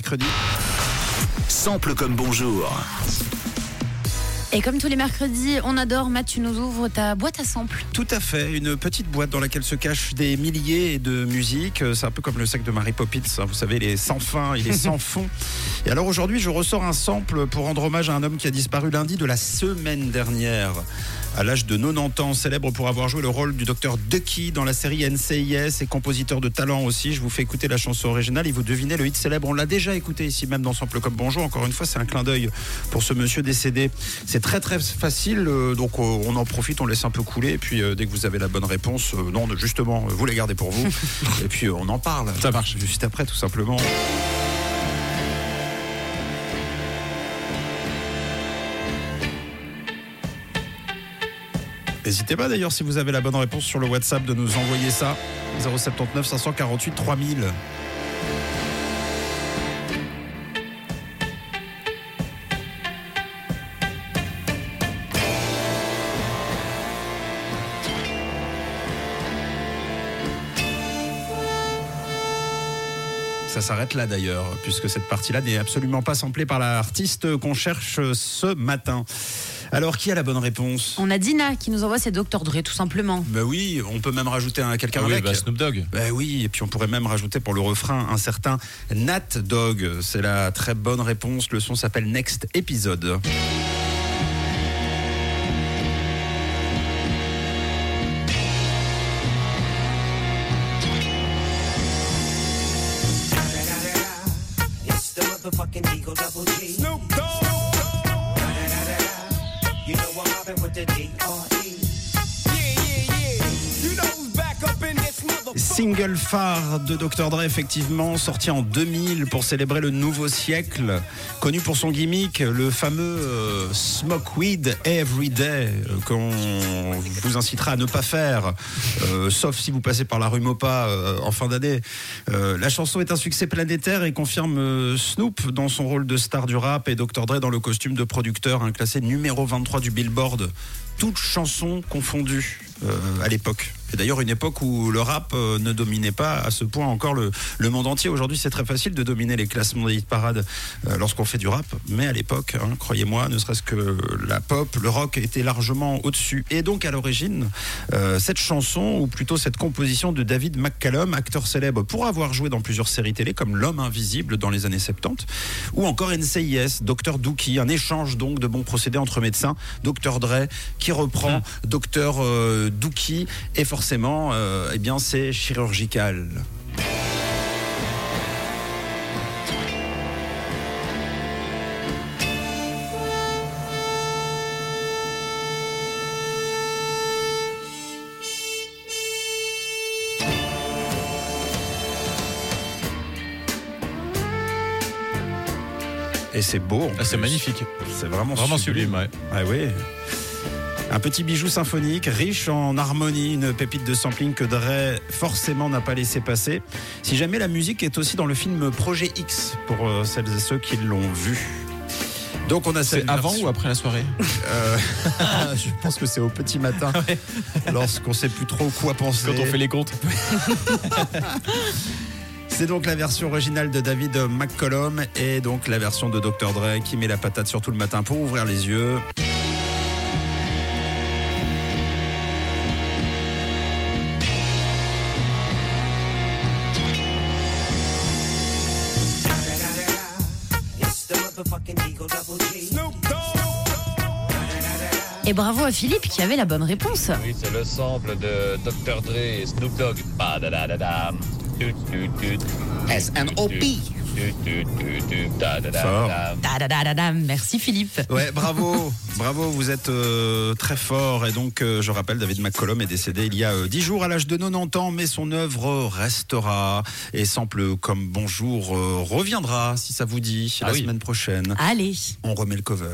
mercredi. Sample comme bonjour. Et comme tous les mercredis, on adore, Matt, tu nous ouvres ta boîte à samples. Tout à fait, une petite boîte dans laquelle se cachent des milliers de musiques. C'est un peu comme le sac de Mary Poppins, hein. Vous savez, il est sans fin, il est sans fond. Et alors aujourd'hui, je ressors un sample pour rendre hommage à un homme qui a disparu lundi de la semaine dernière. À l'âge de 90 ans, célèbre pour avoir joué le rôle du docteur Ducky dans la série NCIS et compositeur de talent aussi. Je vous fais écouter la chanson originale et vous devinez le hit célèbre. On l'a déjà écouté ici même dans Sample comme bonjour. Encore une fois, c'est un clin d'œil pour ce monsieur décédé. C'est très très facile, donc on en profite, on laisse un peu couler. Et puis dès que vous avez la bonne réponse, non, justement, vous les gardez pour vous. Et puis on en parle. Ça marche. Juste après, tout simplement. N'hésitez pas d'ailleurs si vous avez la bonne réponse sur le WhatsApp de nous envoyer ça. 079 548 3000. Ça s'arrête là d'ailleurs, puisque cette partie-là n'est absolument pas samplée par l'artiste qu'on cherche ce matin. Alors, qui a la bonne réponse ? On a Dina qui nous envoie ses Dr Dre, tout simplement. Ben oui, on peut même rajouter quelqu'un avec. Oui, Snoop Dogg. Ben oui, et puis on pourrait même rajouter pour le refrain un certain Nat Dogg. C'est la très bonne réponse. Le son s'appelle Next Episode. Snoop Dogg. You know I'm mobbing with the D.R.E. You know who's back up in this motherfucker. Single phare de Dr Dre, effectivement, sorti en 2000 pour célébrer le nouveau siècle. Connu pour son gimmick, le fameux Smoke Weed Every Day, qu'on vous incitera à ne pas faire, sauf si vous passez par la rue Maupas en fin d'année. La chanson est un succès planétaire et confirme Snoop dans son rôle de star du rap et Dr Dre dans le costume de producteur, classé numéro 23 du Billboard. Toutes chansons confondues à l'époque. Et d'ailleurs, une époque où le rap ne dominait pas à ce point encore le monde entier. Aujourd'hui, c'est très facile de dominer les classements des hit parades lorsqu'on fait du rap. Mais à l'époque, croyez-moi, ne serait-ce que la pop, le rock était largement au-dessus. Et donc, à l'origine, cette chanson, ou plutôt cette composition de David McCallum, acteur célèbre pour avoir joué dans plusieurs séries télé, comme L'Homme Invisible dans les années 70, ou encore NCIS, Dr Dookie, un échange donc de bons procédés entre médecins. Dr Dre qui reprend Dr Dookie, et forcément, eh bien, c'est chirurgical. Et c'est beau. C'est magnifique. C'est vraiment sublime. Ouais. Ah oui. Un petit bijou symphonique, riche en harmonie, une pépite de sampling que Dre forcément n'a pas laissé passer. Si jamais la musique est aussi dans le film Projet X, pour celles et ceux qui l'ont vu. Donc on a C'est avant ou après la soirée Je pense que c'est au petit matin, ouais. Lorsqu'on sait plus trop quoi penser. Quand on fait les comptes. C'est donc la version originale de David McCallum et donc la version de Dr Dre qui met la patate sur tout le matin pour ouvrir les yeux. Et bravo à Philippe qui avait la bonne réponse. Oui, c'est le sample de Dr Dre et Snoop Dogg. Ba-da-da-da-dam. S-N-O-P. Fort. Merci Philippe. Ouais, bravo, vous êtes très fort. Et donc, je rappelle, David McCallum est décédé il y a 10 jours à l'âge de 90 ans, mais son œuvre restera. Et Sample comme bonjour reviendra, si ça vous dit, la semaine prochaine. Allez. On remet le cover.